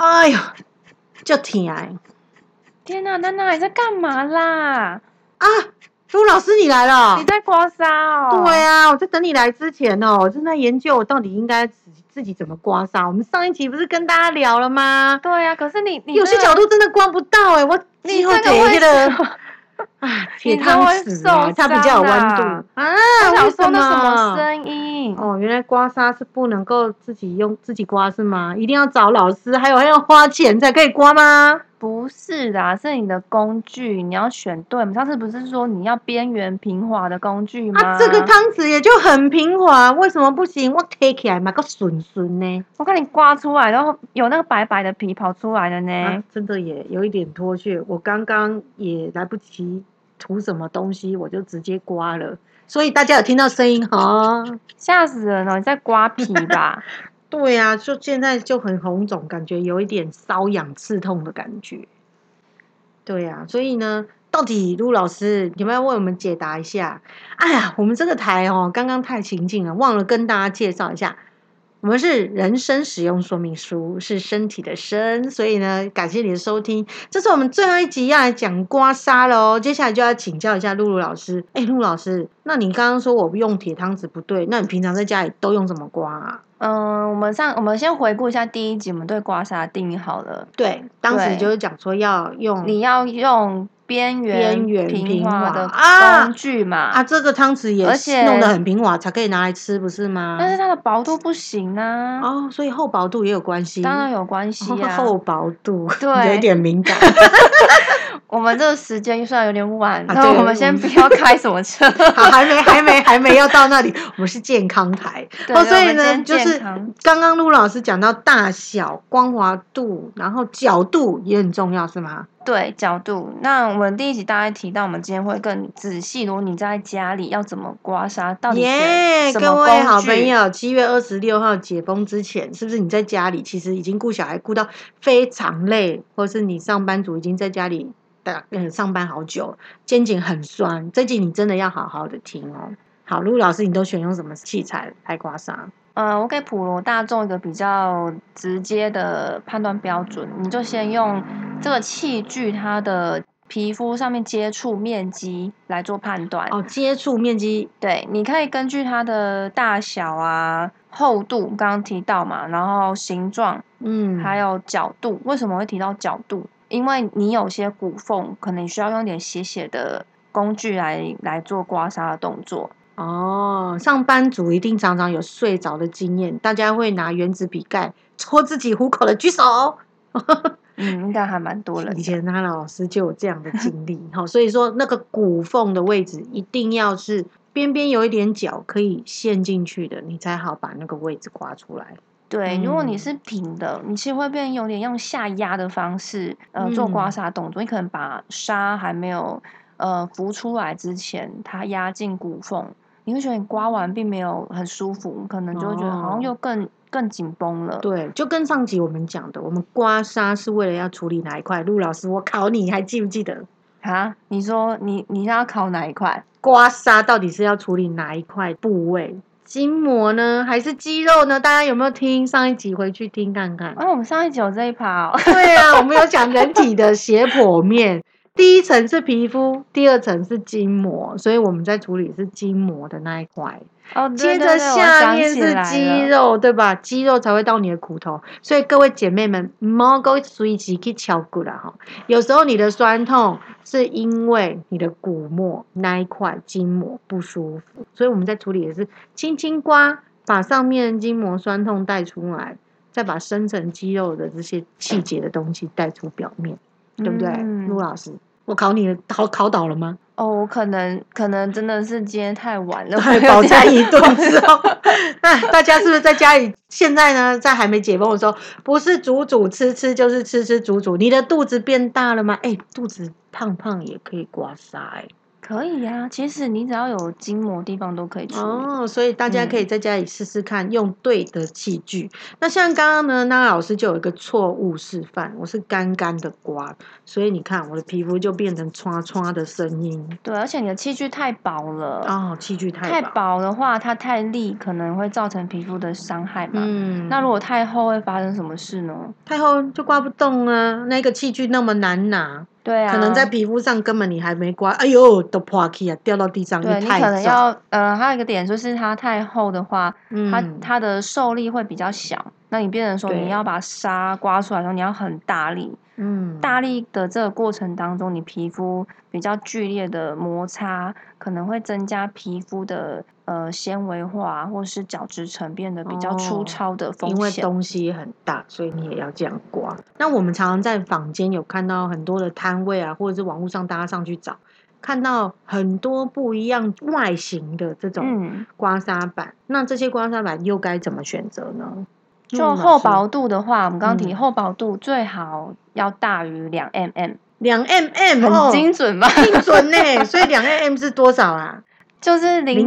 哎呦，就疼欸！ 天哪，娜娜你在干嘛啦？ 啊，陆老师你来了！ 你在刮痧哦？ 对啊，我在等你来之前哦，我正在研究我到底应该自己怎么刮痧。我们上一集不是跟大家聊了吗？ 对啊，可是你有些角度真的刮不到哎，我你后这个会啊，铁汤匙啊，它比较有温度啊。 我想说那什么么声音？ 哦，原来刮痧是不能够自己刮是吗？一定要找老师，还要花钱才可以刮吗？ 不是啦，是你的工具你要选对。我们上次不是说你要边缘平滑的工具吗？ 这个汤匙也就很平滑，为什么不行？我贴起来嘛个顺顺呢。 我看你刮出来，然后有那个白白的皮跑出来了呢。 真的也有一点脱屑，我刚刚也来不及涂什么东西，我就直接刮了。所以大家有听到声音哈？ 吓死人了！你在刮皮吧？ 对啊，就现在就很红肿，感觉有一点瘙痒刺痛的感觉。对啊，所以呢，到底陆老师有没有为我们解答一下？哎呀，我们这个台哦，刚刚太情境了，忘了跟大家介绍一下。我们是人生使用说明书，是身体的身，所以呢，感谢你的收听。这是我们最后一集要来讲刮痧了哦。接下来就要请教一下露露老师。陆老师，那你刚刚说我用铁汤匙不对，那你平常在家里都用什么刮啊？ 我们先回顾一下第一集，我们对刮痧的定义好了。 对，当时就是讲说你要用边缘平滑的工具嘛。 这个汤匙也弄得很平滑才可以拿来吃，不是吗？ 但是它的薄度不行啊。 所以厚薄度也有关系。 当然有关系啊。 厚薄度对， 有一点敏感。 我们这个时间虽然有点晚，那我们先不要开什么车。 还没要到那里，我们是健康台。所以呢，就是刚刚陆老师讲到大小、光滑度，然后角度也很重要，是吗？ 对，角度。那我们第一集大概提到，我们今天会更仔细。如果你在家里要怎么刮痧，到底选什么工具？ 各位好朋友，7月26号解封之前，是不是你在家里其实已经顾小孩顾到非常累，或是你上班族已经在家里上班好久，肩颈很酸？这集你真的要好好的听哦。好，陆老师，你都选用什么器材来刮痧？ 我给普罗大众一个比较直接的判断标准，你就先用这个器具它的皮肤上面接触面积来做判断。 接触面积。 对，你可以根据它的大小啊、厚度，刚刚提到嘛，然后形状，还有角度。为什么会提到角度？因为你有些骨缝可能需要用点斜的工具来做刮痧的动作。 上班族一定常常有睡着的经验，大家会拿原子笔盖戳自己虎口的举手。 应该还蛮多人的。 以前他老师就有这样的经历。所以说那个骨缝的位置一定要是边边有一点角可以陷进去的，你才好把那个位置刮出来。 对，如果你是平的，你其实会变有点用下压的方式做刮痧动作。你可能把痧还没有浮出来之前，它压进骨缝，你会觉得你刮完并没有很舒服，可能就会觉得好像又更紧绷了。 对，就跟上集我们讲的，我们刮痧是为了要处理哪一块？陆老师，我考你，还记不记得？ 你说你要考哪一块？ 刮痧到底是要处理哪一块部位？筋膜呢，还是肌肉呢？大家有没有听上一集？回去听看看。 我们上一集有这一趴哦。 对啊，我们有讲人体的斜剖面，第一层是皮肤，第二层是筋膜，所以我们在处理是筋膜的那一块。接着下面是肌肉，对吧？肌肉才会到你的骨头，所以各位姐妹们，莫够随时去敲骨啦哈。有时候你的酸痛是因为你的骨膜那一块筋膜不舒服，所以我们在处理的是轻轻刮，把上面的筋膜酸痛带出来，再把深层肌肉的这些气结的东西带出表面，对不对？陆老师，我考你了，考倒了吗？ 我可能真的是今天太晚了， 饱餐一顿之后，那大家是不是在家里？现在呢，在还没解封的时候，不是煮吃，就是吃煮。你的肚子变大了吗？肚子胖也可以刮痧可以呀，其实你只要有筋膜地方都可以处理。 所以大家可以在家里试试看，用对的器具。那像刚刚呢，那老师就有一个错误示范，我是干干的刮，所以你看我的皮肤就变成唰唰的声音。 对，而且你的器具太薄了。 器具太薄的话，它太利可能会造成皮肤的伤害嘛。那如果太厚会发生什么事呢？ 太厚就刮不动啊，那个器具那么难拿。 对啊， 可能在皮肤上根本你还没刮，哎呦都破起啊，掉到地上。 对，你可能要还有一个点就是它太厚的话，它的受力会比较小。那你变成说你要把沙刮出来的时候，你要很大力。大力的这个过程当中，你皮肤比较剧烈的摩擦，可能会增加皮肤的纤维化或是角质层变得比较粗糙的风险。 因为东西很大，所以你也要这样刮。那我们常常在坊间有看到很多的摊位啊，或者是网络上大家上去找，看到很多不一样外形的这种刮痧板。那这些刮痧板又该怎么选择呢？ 就厚薄度的话，我们刚刚提厚薄度最好要大于2mm。 2mm 很精准吧？ 精准呢。所以2mm 是多少啊？ 就是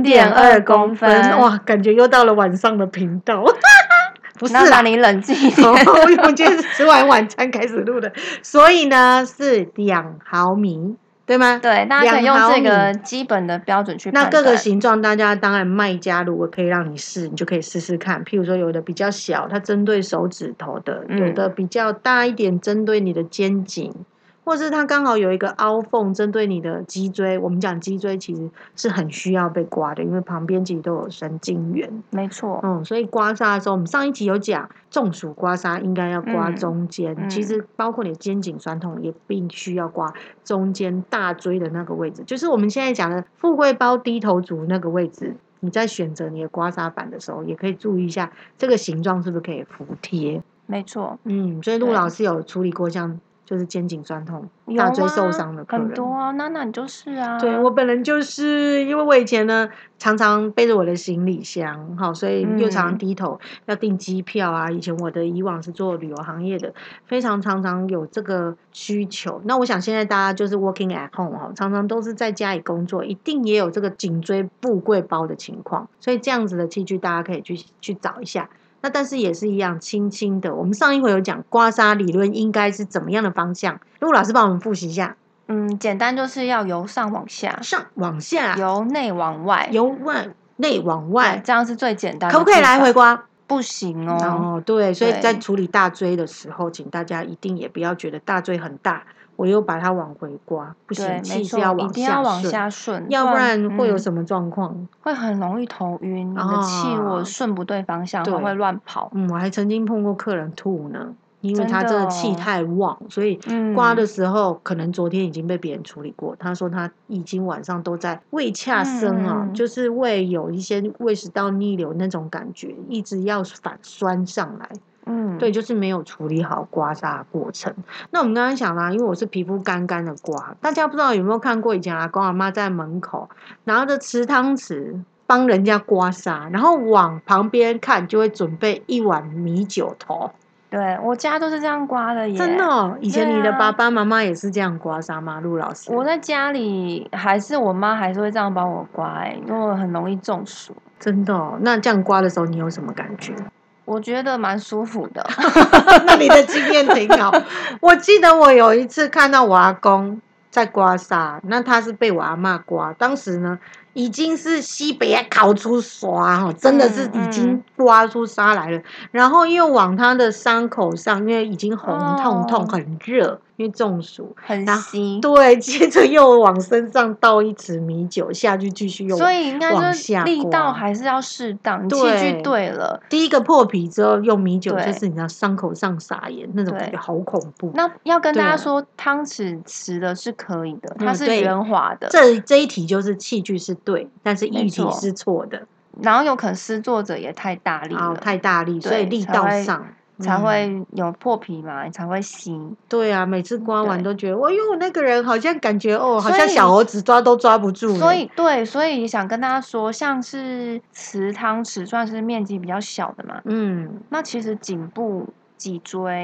0.2公分。 哇，感觉又到了晚上的频道。不是啦， 你冷静一点。 我们今天是吃完晚餐开始录的，所以呢是2毫米。对吗？ 对，大家可以用这个基本的标准去判断。 那各个形状，大家当然卖家如果可以让你试，你就可以试试看。譬如说，有的比较小，它针对手指头的；有的比较大一点，针对你的肩颈。或是它刚好有一个凹缝，针对你的脊椎。我们讲脊椎其实是很需要被刮的，因为旁边其实都有神经元。 没错。 所以刮痧的时候，我们上一集有讲，中暑刮痧应该要刮中间。其实包括你的肩颈酸痛，也必须要刮中间大椎的那个位置，就是我们现在讲的富贵包低头族那个位置。你在选择你的刮痧板的时候，也可以注意一下这个形状是不是可以服帖。 没错。 所以陆老师有处理过像就是肩颈酸痛、大椎受伤的客人。 很多啊，娜你就是啊。 对，我本人就是因为我以前呢常常背着我的行李箱，所以又常常低头要订机票啊。以前我的以往是做旅游行业的，非常常常有这个需求。那我想现在大家就是 working at home 常常都是在家里工作，一定也有这个颈椎富贵包的情况，所以这样子的器具大家可以去找一下。那但是也是一样，轻轻的。我们上一回有讲刮痧理论应该是怎么样的方向？陆老师帮我们复习一下。 简单就是要由上往下， 上往下， 由内往外， 由内往外， 这样是最简单的。 可不可以来回刮？ 不行哦。 对，所以在处理大椎的时候，请大家一定也不要觉得大椎很大，我又把它往回刮，不行，气是要一定要往下顺， 要不然会有什么状况？ 会很容易头晕。你的气如果顺不对方向，会乱跑。 我还曾经碰过客人吐呢。因为他这个气太旺，所以刮的时候可能昨天已经被别人处理过。他说他已经晚上都在胃恰生就是胃有一些胃食道逆流那种感觉，一直要反酸上来。对，就是没有处理好刮痧的过程。那我们刚刚讲啦，因为我是皮肤干干的刮，大家不知道有没有看过以前阿公阿妈在门口拿着瓷汤匙帮人家刮痧，然后往旁边看就会准备一碗米酒头。 对，我家都是这样刮的耶。 真的以前你的爸爸妈妈也是这样刮痧吗？陆老师？ 我在家里我妈还是会这样帮我刮因为我很容易中暑。 真的那这样刮的时候你有什么感觉？ 我觉得蛮舒服的。 那你的经验挺好。我记得我有一次看到我阿公在刮痧，那他是被我阿嬷刮，当时呢已经是西北烤出刷真的是已经刮出痧来了。然后又往他的伤口上，因为已经红痛很热，因为中暑很稀。 对，接着又往身上倒一匙米酒下去，继续又所以应该往下刮， 力道还是要适当，器具对了。 第一个破皮之后用米酒，就是你知道伤口上撒盐那种感觉好恐怖。 那要跟大家说，汤匙瓷的是可以的，它是圆滑的。 这一题就是器具是对，但是议题是错的。 然后有可能施作者也太大力了， 太大力，所以力道上才会有破皮嘛，才会稀。 对啊，每次刮完都觉得，哎呦，那个人好像感觉好像小猴子抓都抓不住。 所以想跟大家说，像是瓷汤匙算是面积比较小的嘛，那其实颈部、脊椎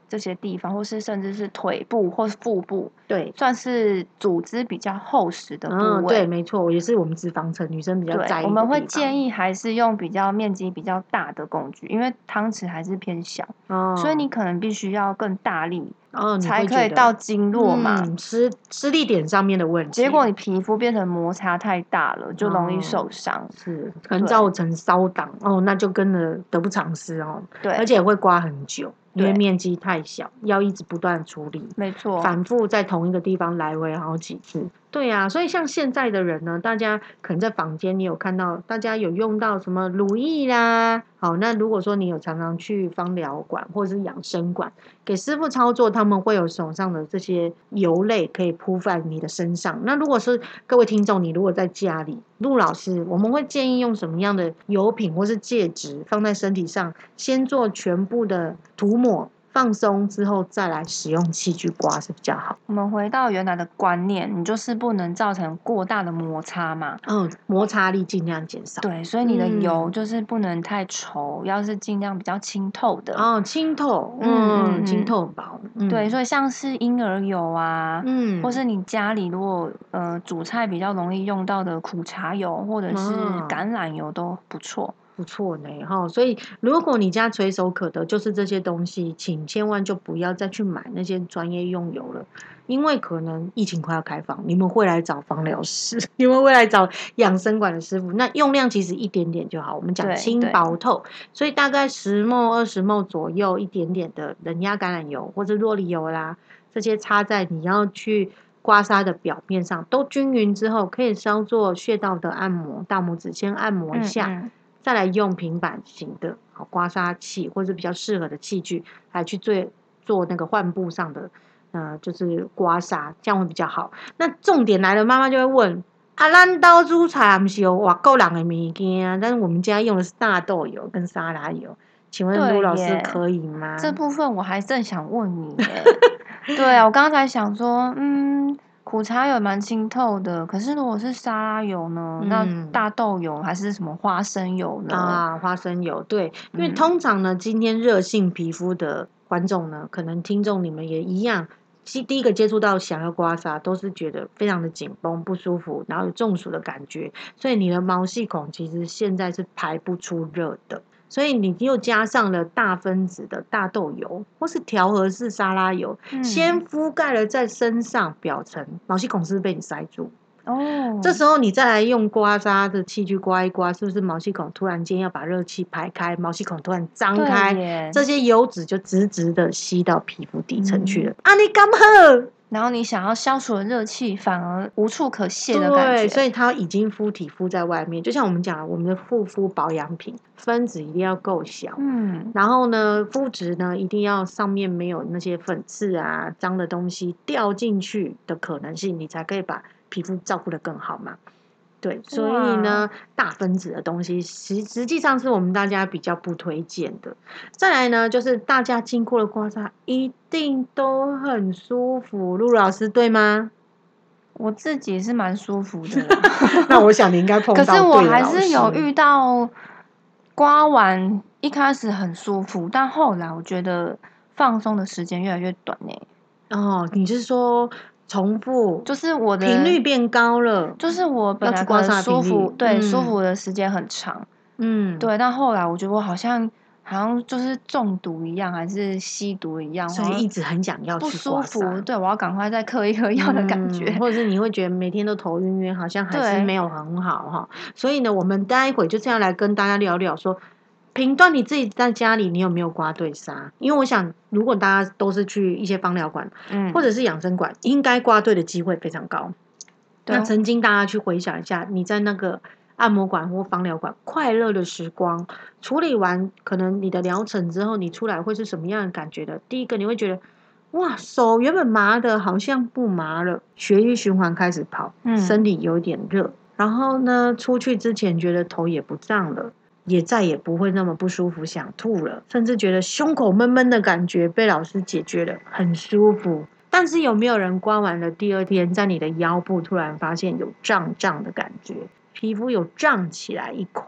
这些地方，或是甚至是腿部或是腹部， 对， 算是组织比较厚实的部位。 对，没错，也是我们脂肪层女生比较在意的地方。 我们会建议还是用比较面积比较大的工具，因为汤匙还是偏小，所以你可能必须要更大力。才可以到经络嘛， 施力点上面的问题。 结果你皮肤变成摩擦太大了，就容易受伤， 是可能造成烧挡那就跟着得不偿失对， 而且会刮很久，因为面积太小，要一直不断处理， 没错， 反复在同一个地方来回好几次。对啊，所以像现在的人呢，大家可能在房间你有看到，大家有用到什么乳液啦。好，那如果说你有常常去芳疗馆或者是养生馆给师傅操作，他们会有手上的这些油类可以铺在你的身上。那如果是各位听众，你如果在家里，陆老师我们会建议用什么样的油品或是介质放在身体上，先做全部的涂抹放松之后再来使用器具刮是比较好。 我们回到原来的观念，你就是不能造成过大的摩擦嘛。 摩擦力尽量减少。 对，所以你的油就是不能太稠，要是尽量比较清透的。 清透，清透很薄。 对，所以像是婴儿油啊，或是你家里如果煮菜比较容易用到的苦茶油或者是橄榄油都不错。 不错呢，所以如果你家垂手可得就是这些东西，请千万就不要再去买那些专业用油了，因为可能疫情快要开放，你们会来找芳疗师，你们会来找养生馆的师傅，那用量其实一点点就好，我们讲轻薄透，所以大概10ml、20ml左右，一点点的冷压橄榄油或者酪梨油啦，这些擦在你要去刮痧的表面上，都均匀之后，可以稍作穴道的按摩，大拇指先按摩一下。再来用平板型的刮痧器或者比较适合的器具来去做那个患部上的就是刮痧，这样会比较好。那重点来了，妈妈就会问咱刀煮菜不是有外国人的物件，但是我们家用的是大豆油跟沙拉油，请问陆老师可以吗？ 这部分我还正想问你耶。对啊，我刚才想说苦茶油蛮清透的，可是如果是沙拉油呢？那大豆油还是什么花生油呢？ 花生油，对，因为通常呢，今天热性皮肤的观众呢，可能听众你们也一样，第一个接触到想要刮痧，都是觉得非常的紧绷不舒服，然后有中暑的感觉，所以你的毛细孔其实现在是排不出热的。所以你又加上了大分子的大豆油或是调和式沙拉油，先覆盖了在身上表层，毛细孔是不是被你塞住？这时候你再来用刮痧的器具刮一刮，是不是毛细孔突然间要把热气排开，毛细孔突然张开，这些油脂就直直的吸到皮肤底层去了。你刚好。 然后你想要消除的热气，反而无处可泄的感觉。 对，所以它已经敷体敷在外面，就像我们讲，我们的护肤保养品分子一定要够小，然后呢，肤质呢一定要上面没有那些粉刺啊、脏的东西掉进去的可能性，你才可以把皮肤照顾得更好嘛。对，所以呢，大分子的东西实际上是我们大家比较不推荐的。再来呢，就是大家经过了刮痧，一定都很舒服。陆老师对吗？ 我自己是蛮舒服的， 那我想你应该碰到对的老师。 可是我还是有遇到刮完一开始很舒服，但后来我觉得放松的时间越来越短呢。你是说？重复就是我的频率变高了， 就是我本来可能舒服，舒服的时间很长，对，但后来我觉得我好像就是中毒一样，还是吸毒一样， 所以一直很想要不舒服，对，我要赶快再嗑一颗药的感觉， 或者是你会觉得每天都头晕晕，好像还是没有很好哈。所以呢，我们待会就这样来跟大家聊聊说。评断你自己在家里，你有没有刮对痧？因为我想，如果大家都是去一些芳疗馆，或者是养生馆，应该刮对的机会非常高。那曾经大家去回想一下，你在那个按摩馆或芳疗馆快乐的时光，处理完可能你的疗程之后，你出来会是什么样的感觉的？第一个，你会觉得哇，手原本麻的，好像不麻了，血液循环开始跑，身体有点热，然后呢，出去之前觉得头也不胀了。也再也不会那么不舒服，想吐了，甚至觉得胸口闷闷的感觉被老师解决了，很舒服。但是有没有人刮完了第二天，在你的腰部突然发现有胀胀的感觉，皮肤有胀起来一块？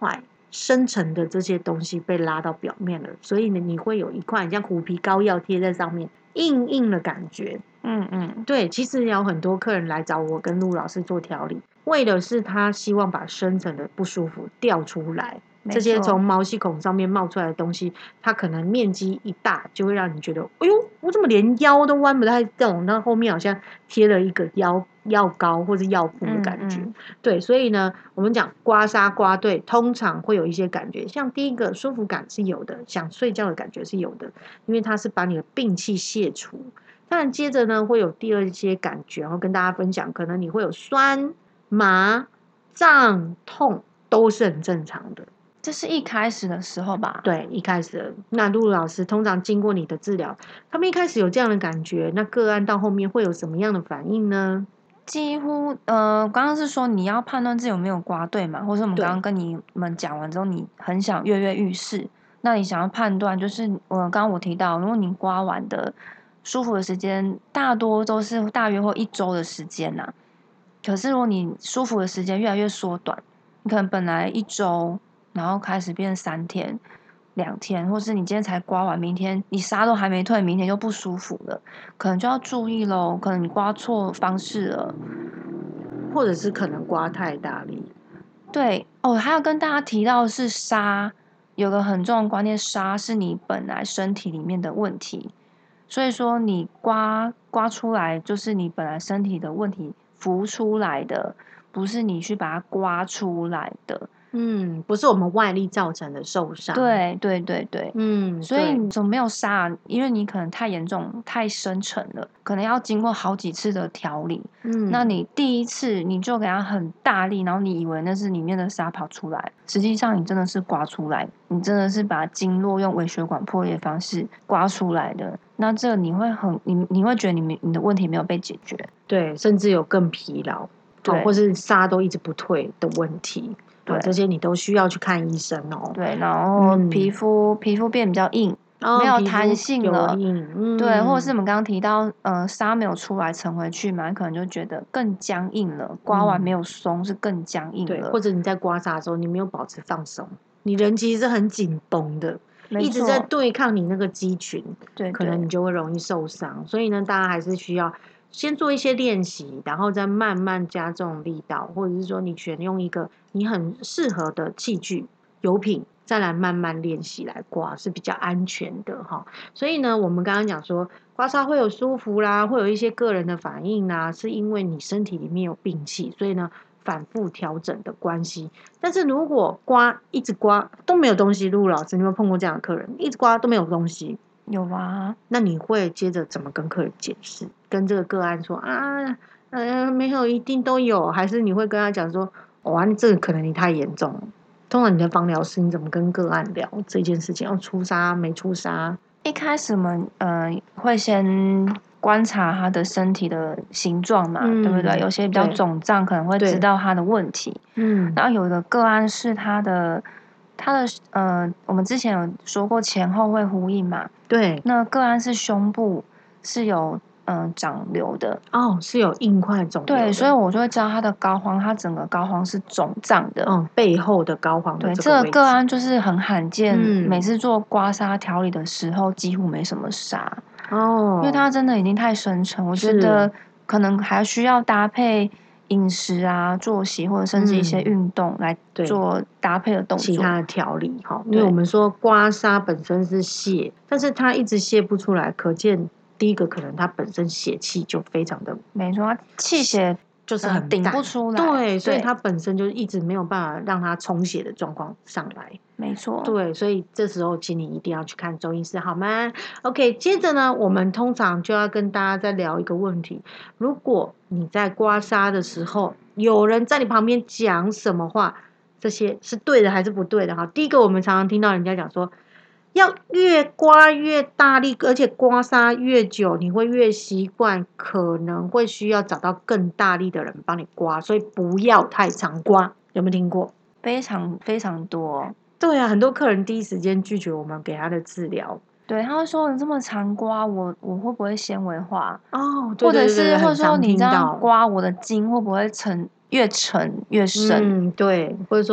深层的这些东西被拉到表面了，所以呢，你会有一块像虎皮膏药贴在上面，硬硬的感觉。对，其实有很多客人来找我跟陆老师做调理，为的是他希望把深层的不舒服调出来。这些从毛细孔上面冒出来的东西，它可能面积一大，就会让你觉得，哎呦，我怎么连腰都弯不太动？那后面好像贴了一个药膏或者药布的感觉。对，所以呢，我们讲刮痧刮对，通常会有一些感觉，像第一个舒服感是有的，想睡觉的感觉是有的，因为它是把你的病气卸除。当然，接着呢会有第二些感觉，然后跟大家分享，可能你会有酸、麻、胀、痛，都是很正常的。 这是一开始的时候吧？ 对，一开始。那露露老师通常经过你的治疗，他们一开始有这样的感觉，那个案到后面会有什么样的反应呢？ 几乎刚刚是说你要判断自己有没有刮对嘛，或者我们刚刚跟你们讲完之后，你很想跃跃欲试，那你想要判断，就是刚刚我提到，如果你刮完的舒服的时间，大多都是大约或1周的时间呐。可是如果你舒服的时间越来越缩短，你可能本来1周，然后开始变3天、2天，或是你今天才刮完，明天你痧都还没退，明天又不舒服了，可能就要注意咯，可能你刮错方式了， 或者是可能刮太大力。 对哦，还要跟大家提到的是痧，有个很重要的观念，痧是你本来身体里面的问题，所以说你刮出来就是你本来身体的问题浮出来的，不是你去把它刮出来的。 不是我们外力造成的受伤。 对，所以你怎么没有痧？因为你可能太严重、太深沉了，可能要经过好几次的调理。那你第一次你就给它很大力，然后你以为那是里面的痧跑出来，实际上你真的是刮出来，你真的是把经络用微血管破裂的方式刮出来的。那这你会你会觉得你的问题没有被解决， 对，甚至有更疲劳， 对， 或是痧都一直不退的问题。对，这些你都需要去看医生哦。 对，然后皮肤变比较硬，没有弹性了。对，或者是我们刚刚提到，痧没有出来沉回去嘛，你可能就觉得更僵硬了。刮完没有松，是更僵硬了。 对，或者你在刮痧的时候，你没有保持放松，你人其实是很紧绷的，一直在对抗你那个肌群， 对， 可能你就会容易受伤。所以呢，大家还是需要先做一些练习，然后再慢慢加重力道，或者是说你选用一个你很适合的器具、油品，再来慢慢练习来刮是比较安全的哈。所以呢，我们刚刚讲说刮痧会有舒服啦，会有一些个人的反应啦，是因为你身体里面有病气，所以呢反复调整的关系。但是如果一直刮都没有东西，陆老师，你有没有碰过这样的客人？一直刮都没有东西。 有啊， 那你会接着怎么跟客人解释？跟这个个案说啊，没有一定都有，还是你会跟他讲说，哇，这个可能你太严重了。通常你的芳疗师，你怎么跟个案聊这件事情？要出痧没出痧？ 一开始我们会先观察他的身体的形状嘛，对不对？有些比较肿胀，可能会知道他的问题。然后有一个个案是他的我们之前有说过前后会呼应嘛， 对， 那个案是胸部是有长瘤的哦，是有硬块肿瘤的。 对，所以我就会知道他的膏肓，他整个膏肓是肿胀的， 背后的膏肓的对， 这个案就是很罕见，每次做刮痧调理的时候几乎没什么痧因为它真的已经太深沉，我觉得可能还需要搭配饮食啊、作息或者甚至一些运动来做搭配的动作， 其他的调理哈。因为我们说刮痧本身是泻，但是它一直泻不出来，可见第一个可能它本身血气就非常的没错，气血就是很顶不出来， 对，所以它本身就一直没有办法让它充血的状况上来。 没错， 对，所以这时候请你一定要去看中医师，好吗 ？OK， 接着呢，我们通常就要跟大家再聊一个问题：如果你在刮痧的时候，有人在你旁边讲什么话，这些是对的还是不对的？哈，第一个我们常常听到人家讲说，要越刮越大力，而且刮痧越久，你会越习惯，可能会需要找到更大力的人帮你刮，所以不要太常刮。有没有听过？ 非常非常多。 对啊，很多客人第一时间拒绝我们给他的治疗。 对，他会说你这么常刮我会不会纤维化？ 哦， 或者说你这样到刮我的筋会不会越沉越深？ 对，或者说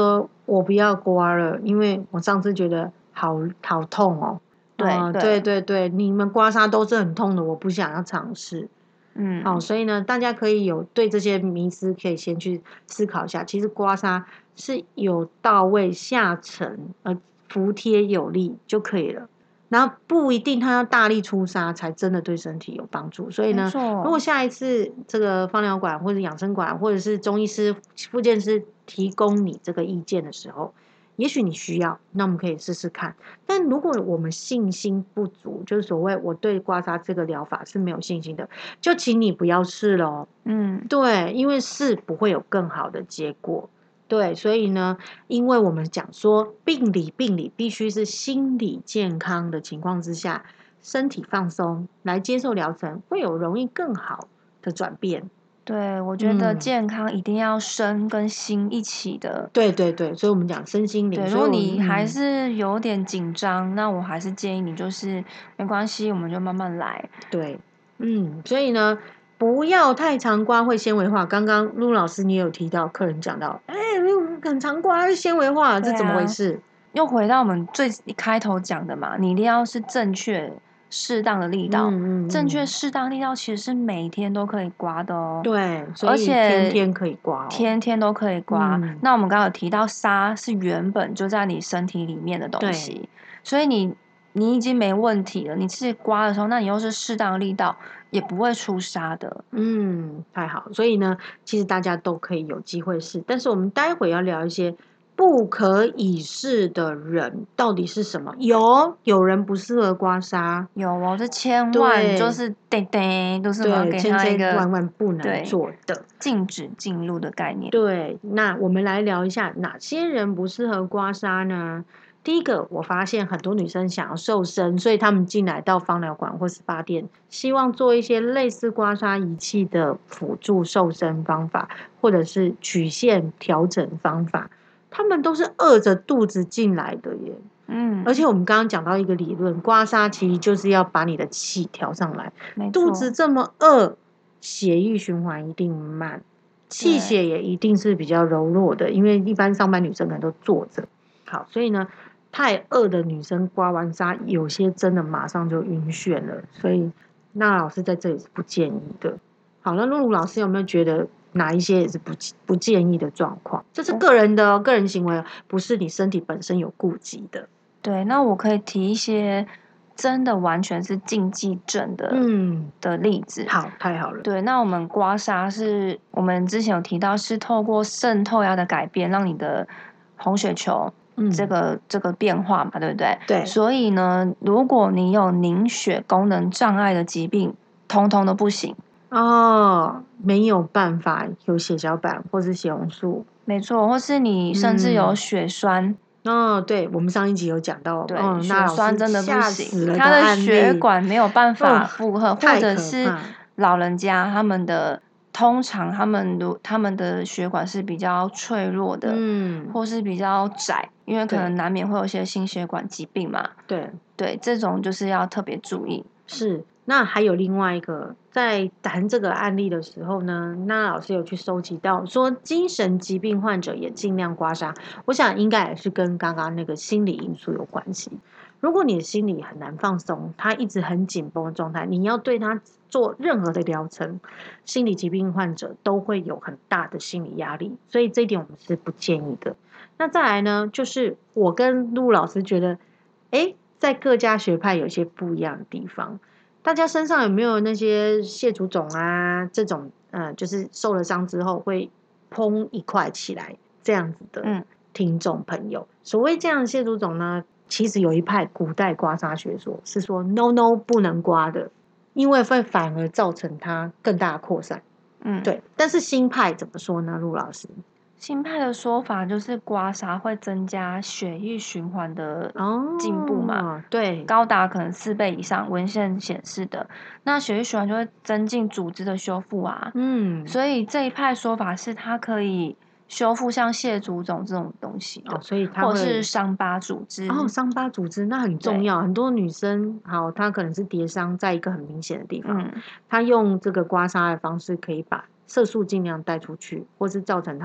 我不要刮了，因为我上次觉得好痛哦。对，你们刮痧都是很痛的，我不想要尝试。好，所以呢，大家可以有对这些迷思可以先去思考一下。其实刮痧是有到位下沉，服帖有力就可以了。然后不一定他要大力出痧才真的对身体有帮助。所以呢，如果下一次这个芳疗馆或者养生馆或者是中医师、复健师提供你这个意见的时候，也许你需要，那我们可以试试看。但如果我们信心不足，就是所谓我对刮痧这个疗法是没有信心的，就请你不要试咯。对，因为试不会有更好的结果。对，所以呢，因为我们讲说病理必须是心理健康的情况之下，身体放松来接受疗程，会有容易更好的转变。 对，我觉得健康一定要身跟心一起的。 对，所以我们讲身心灵。 对，如果你还是有点紧张，那我还是建议你就是没关系，我们就慢慢来。 对，所以呢，不要太常刮会纤维化。刚刚陆老师你也有提到，客人讲到，很常刮纤维化，这怎么回事？ 又回到我们最开头讲的嘛，你一定要是正确适当的力道，正确适当力道其实是每天都可以刮的哦。 对， 而且天天可以刮， 天天都可以刮。那我们刚刚有提到痧是原本就在你身体里面的东西，所以你已经没问题了。你是刮的时候，那你又是适当的力道，也不会出痧的。 太好。所以呢，其实大家都可以有机会试，但是我们待会要聊一些不可以试的人到底是什么？有人不适合刮痧， 有哦，这千万就是都是我们要给他一个千万不能做的禁止进入的概念。 对，那我们来聊一下哪些人不适合刮痧呢？第一个，我发现很多女生想要瘦身，所以她们进来到芳疗馆或SPA店，希望做一些类似刮痧仪器的辅助瘦身方法，或者是曲线调整方法。他们都是饿着肚子进来的耶。而且我们刚刚讲到一个理论，刮痧其实就是要把你的气调上来。肚子这么饿，血液循环一定慢，气血也一定是比较柔弱的，因为一般上班女生可能都坐着。好，所以呢，太饿的女生刮完痧，有些真的马上就晕眩了，所以那老师在这里是不建议的。好，那露露老师有没有觉得哪一些也是不建议的状况？这是个人的个人行为，不是你身体本身有顾及的。 对，那我可以提一些真的完全是禁忌症的例子。 好，太好了。 对，那我们刮痧是我们之前有提到，是透过渗透压的改变，让你的红血球这个变化嘛，对不对？ 对。 所以呢，如果你有凝血功能障碍的疾病，通通都不行。 没有办法有血小板或是血红素。 没错，或是你甚至有血栓。 对，我们上一集有讲到， 对，血栓真的不行， 他的血管没有办法负荷，或者是老人家通常他们的血管是比较脆弱的，或是比较窄，因为可能难免会有一些心血管疾病嘛。对，这种就是要特别注意。 是。那还有另外一个，在谈这个案例的时候呢，那老师有去收集到说，精神疾病患者也尽量刮痧。我想应该也是跟刚刚那个心理因素有关系。如果你的心理很难放松，他一直很紧绷的状态，你要对他做任何的疗程，心理疾病患者都会有很大的心理压力，所以这一点我们是不建议的。那再来呢，就是我跟陆老师觉得，在各家学派有些不一样的地方。大家身上有没有那些蟹足肿啊？这种就是受了伤之后会砰一块起来这样子的听众朋友，所谓这样的蟹足肿呢，其实有一派古代刮痧学说是说 no 不能刮的，因为会反而造成它更大的扩散。对。但是新派怎么说呢？陆老师？ 新派的说法就是刮痧会增加血液循环的进步嘛， 对， 高达可能4倍以上，文献显示的。那血液循环就会增进组织的修复啊，所以这一派说法是它可以修复像蟹足肿这种东西的， 所以它或是伤疤组织。 伤疤组织那很重要。很多女生她可能是跌伤在一个很明显的地方，她用这个刮痧的方式可以把色素尽量带出去，或是造成她比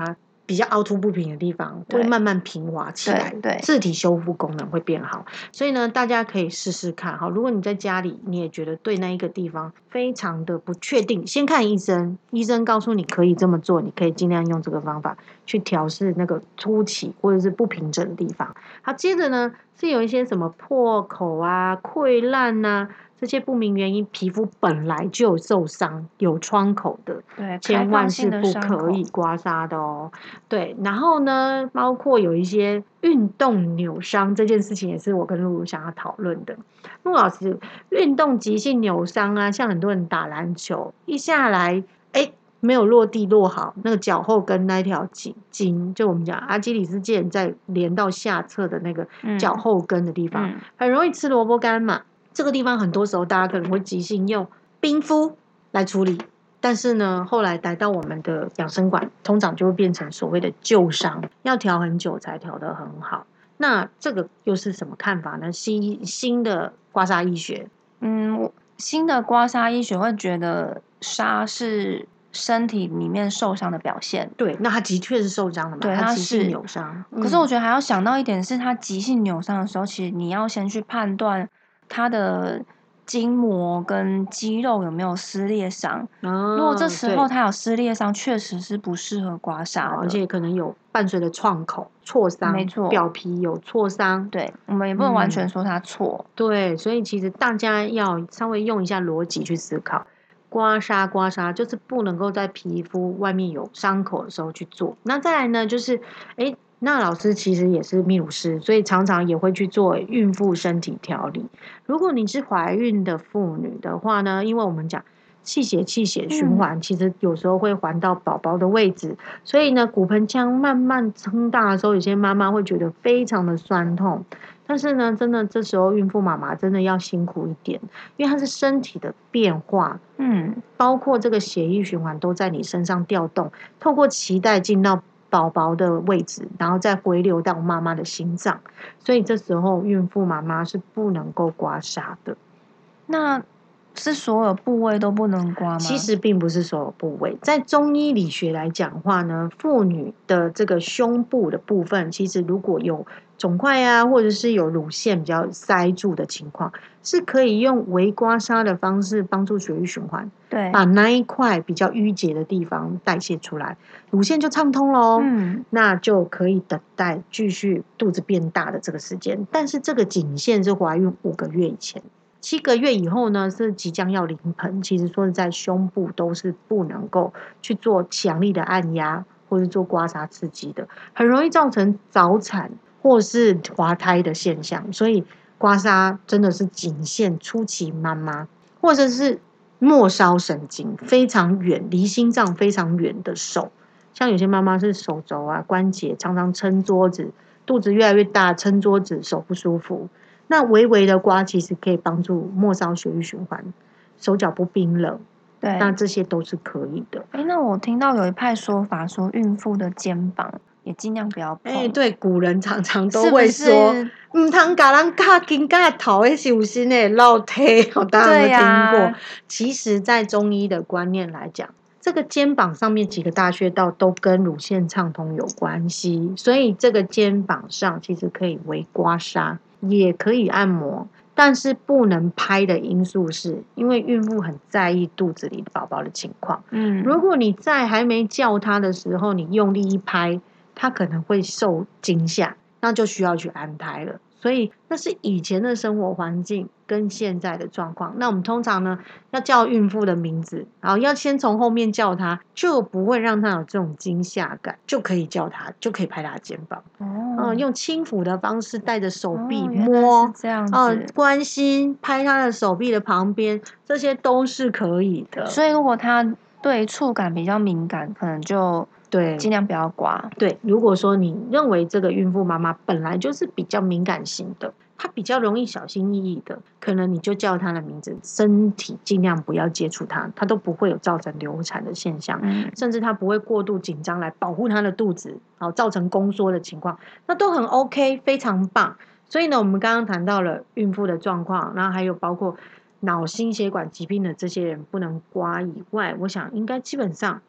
比较凹凸不平的地方会慢慢平滑起来， 对， 自体修复功能会变好。所以呢，大家可以试试看。好，如果你在家里你也觉得对那一个地方非常的不确定，先看医生，医生告诉你可以这么做，你可以尽量用这个方法去调试那个凸起或者是不平整的地方。好，接着呢是有一些什么破口啊、溃烂啊。这些不明原因，皮肤本来就有受伤、有创口的， 对， 千万是不可以刮痧的哦。对，然后呢，包括有一些运动扭伤这件事情，也是我跟露露想要讨论的。陆老师，运动急性扭伤啊，像很多人打篮球一下来，哎，没有落地落好，那个脚后跟那一条筋，就我们讲阿基里斯腱在连到下侧的那个脚后跟的地方，很容易吃萝卜干嘛。这个地方很多时候大家可能会急性用冰敷来处理，但是呢，后来来到我们的养生馆，通常就会变成所谓的旧伤，要调很久才调得很好。那这个又是什么看法呢？新的刮痧医学， 新的刮痧医学会觉得痧是身体里面受伤的表现。 对，那他的确是受伤了嘛？ 对， 他急性扭伤。 可是我觉得还要想到一点是，他急性扭伤的时候，其实你要先去判断他的筋膜跟肌肉有没有撕裂伤。如果这时候他有撕裂伤，确实是不适合刮痧的， 而且可能有伴随的创口、挫伤， 没错， 表皮有挫伤。 对，我们也不能完全说他错。 对，所以其实大家要稍微用一下逻辑去思考。刮痧就是不能够在皮肤外面有伤口的时候去做。那再来呢，就是那老师其实也是泌乳师，所以常常也会去做孕妇身体调理。如果你是怀孕的妇女的话呢，因为我们讲气血循环，其实有时候会环到宝宝的位置，所以呢，骨盆腔慢慢撑大的时候，有些妈妈会觉得非常的酸痛。但是呢，真的这时候孕妇妈妈真的要辛苦一点，因为它是身体的变化，包括这个血液循环都在你身上调动，透过脐带进到宝宝的位置，然后再回流到妈妈的心脏，所以这时候孕妇妈妈是不能够刮痧的。 那是所有部位都不能刮吗？ 其实并不是所有部位，在中医理学来讲话呢，妇女的这个胸部的部分，其实如果有肿块啊，或者是有乳腺比较塞住的情况，是可以用微刮痧的方式帮助血液循环， 对， 把那一块比较淤结的地方代谢出来，乳腺就畅通喽。那就可以等待继续肚子变大的这个时间，但是这个仅限是怀孕5个月以前。7个月以后呢，是即将要临盆。其实说实在，胸部都是不能够去做强力的按压或是做刮痧刺激的，很容易造成早产或是滑胎的现象。所以刮痧真的是仅限初期妈妈，或者是末梢神经非常远、离心脏非常远的手，像有些妈妈是手肘啊关节常常撑桌子，肚子越来越大，撑桌子手不舒服。那微微的刮其实可以帮助末梢血液循环，手脚不冰冷， 对， 那这些都是可以的。 那我听到有一派说法说，孕妇的肩膀也尽量不要碰。 对，古人常常都会说，唔通甲人卡肩胛头的受心的老体，大家有没有听过？其实，在中医的观念来讲，这个肩膀上面几个大穴道都跟乳腺畅通有关系，所以这个肩膀上其实可以微刮痧。也可以按摩，但是不能拍的因素是因为孕妇很在意肚子里宝宝的情况。如果你在还没叫他的时候，你用力一拍，他可能会受惊吓，那就需要去安胎了。所以那是以前的生活环境跟现在的状况。那我们通常呢要叫孕妇的名字，然后要先从后面叫她，就不会让她有这种惊吓感，就可以叫她，就可以拍她的肩膀。用轻抚的方式带着手臂摸， 这样子关心拍她的手臂的旁边，这些都是可以的。 所以如果她对触感比较敏感，可能就对， 尽量不要刮。 对，如果说你认为这个孕妇妈妈本来就是比较敏感型的，她比较容易小心翼翼的，可能你就叫她的名字，身体尽量不要接触她，她都不会有造成流产的现象，甚至她不会过度紧张来保护她的肚子，造成宫缩的情况，那都很 OK， 非常棒。所以呢，我们刚刚谈到了孕妇的状况，然后还有包括脑心血管疾病的这些人不能刮以外，我想应该基本上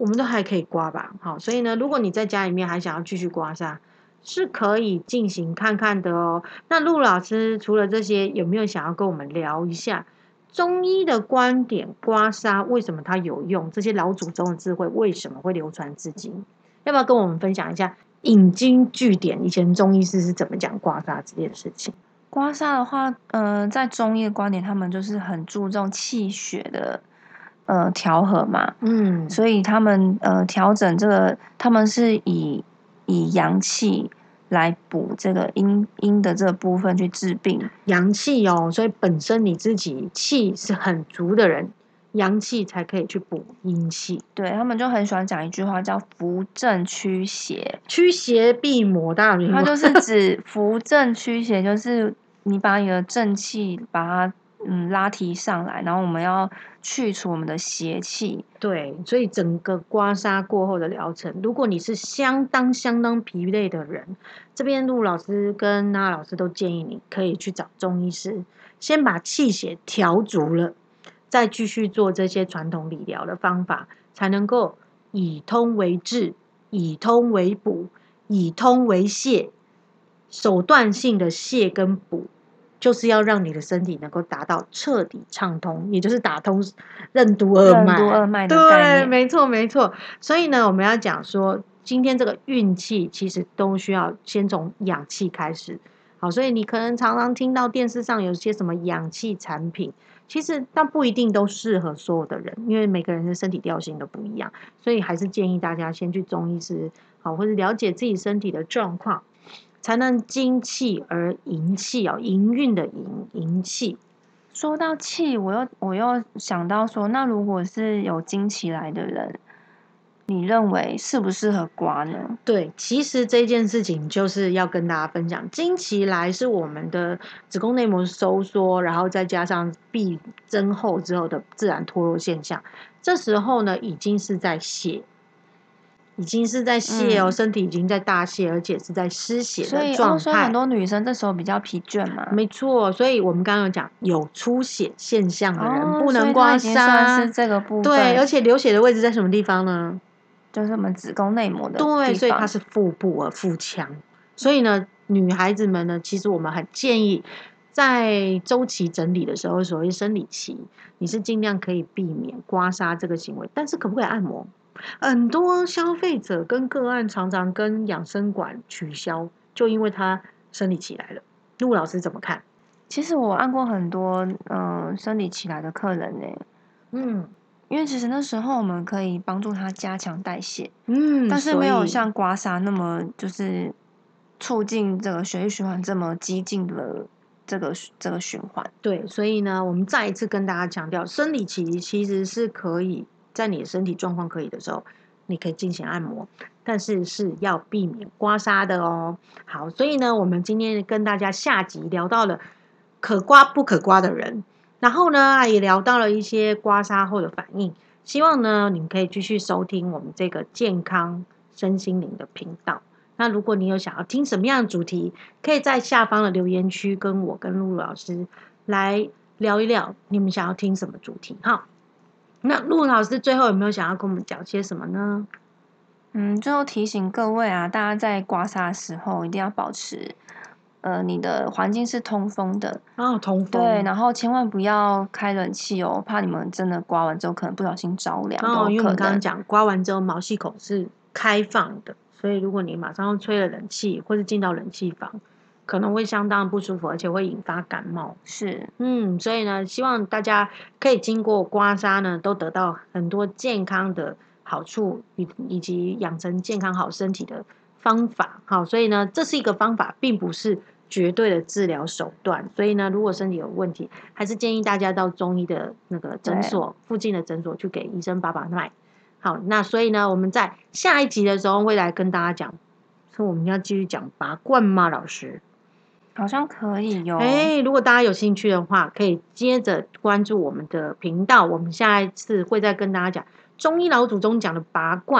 我们都还可以刮吧。好，所以呢，如果你在家里面还想要继续刮痧，是可以进行看看的哦。那陆老师除了这些，有没有想要跟我们聊一下中医的观点？刮痧为什么它有用？这些老祖宗的智慧为什么会流传至今？要不要跟我们分享一下引经据典？以前中医师是怎么讲刮痧这件事情？ 刮痧的话，在中医的观点，他们就是很注重气血的调和嘛，所以他们调整这个，他们是以阳气来补这个阴的这个部分去治病。 阳气哦，所以本身你自己气是很足的人，阳气才可以去补阴气。 对，他们就很喜欢讲一句话叫扶正驱邪， 驱邪避魔，大家它就是指扶正驱邪，就是你把你的正气把它拉提上来，然后我们要去除我们的邪气。 对，所以整个刮痧过后的疗程，如果你是相当疲累的人，这边陆老师跟娜老师都建议你可以去找中医师，先把气血调足了，再继续做这些传统理疗的方法，才能够以通为治，以通为补，以通为泻，手段性的泻跟补。就是要让你的身体能够达到彻底畅通，也就是打通任督二脉。 的概念。 对，没错没错。所以呢，我们要讲说，今天这个运气其实都需要先从养气开始。好，所以你可能常常听到电视上有些什么养气产品，其实但不一定都适合所有的人，因为每个人的身体调性都不一样，所以还是建议大家先去中医师，好，或者了解自己身体的状况。才能精气而营气哦，营运的营气。 说到气，我又想到说，那如果是有经期来的人，你认为适不适合刮呢？ 对，其实这件事情就是要跟大家分享，经期来是我们的子宫内膜收缩，然后再加上壁增厚之后的自然脱落现象。这时候呢，已经是在泄。已经是在泄哦，身体已经在大泄，而且是在失血的状态。 所以很多女生这时候比较疲倦嘛。 没错，所以我们刚刚有讲，有出血现象的人不能刮痧。 所以它已经算是这个部分。 对，而且流血的位置在什么地方呢？ 就是我们子宫内膜的地方。 对，所以它是腹部腹腔。所以呢，女孩子们呢，其实我们很建议，在周期整理的时候，所谓生理期，你是尽量可以避免刮痧这个行为，但是可不可以按摩？很多消费者跟个案常常跟养生馆取消，就因为他生理期来了。陆老师怎么看？ 其实我按过很多生理期来的客人呢，因为其实那时候我们可以帮助他加强代谢，但是没有像刮痧那么就是促进这个血液循环这么激进的这个循环。 对，所以呢，我们再一次跟大家强调，生理期其实是可以在你的身体状况可以的时候，你可以进行按摩，但是是要避免刮痧的哦。好，所以呢，我们今天跟大家下集聊到了可刮不可刮的人，然后呢，也聊到了一些刮痧后的反应。希望呢，你们可以继续收听我们这个健康身心灵的频道。那如果你有想要听什么样的主题，可以在下方的留言区跟我跟露露老师来聊一聊，你们想要听什么主题哈？那露露老师最后有没有想要跟我们讲些什么呢？ 最后提醒各位啊，大家在刮痧的时候一定要保持，你的环境是通风的哦，通风对，然后千万不要开冷气哦，怕你们真的刮完之后可能不小心着凉哦，因为我们刚刚讲刮完之后毛细孔是开放的，所以如果你马上又吹了冷气或者进到冷气房，可能会相当不舒服，而且会引发感冒。 是， 所以呢，希望大家可以经过刮痧呢，都得到很多健康的好处，以及养成健康好身体的方法。好，所以呢，这是一个方法，并不是绝对的治疗手段。所以呢，如果身体有问题，还是建议大家到中医的那个诊所附近的诊所去给医生把脉。好，那所以呢，我们在下一集的时候会来跟大家讲，说我们要继续讲拔罐吗，老师？ 好像可以哟。 如果大家有兴趣的话，可以接着关注我们的频道。我们下一次会再跟大家讲中医老祖宗讲的拔罐，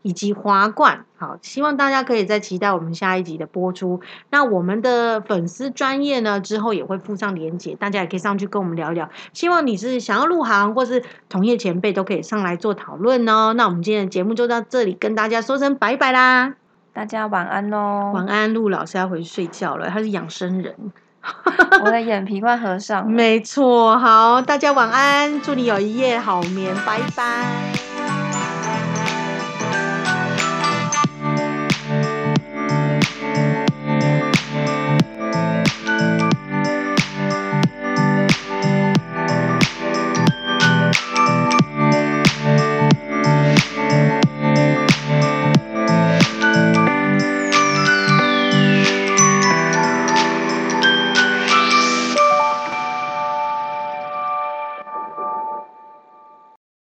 以及滑罐。好，希望大家可以再期待我们下一集的播出。那我们的粉丝专页呢，之后也会附上连结，大家也可以上去跟我们聊聊。希望你是想要入行或是同业前辈都可以上来做讨论哦。那我们今天的节目就到这里，跟大家说声拜拜啦， 大家晚安哦。 晚安，陆老师要回去睡觉了，他是养生人。 我的眼皮快合上了。 没错，好，大家晚安，祝你有一夜好眠，拜拜。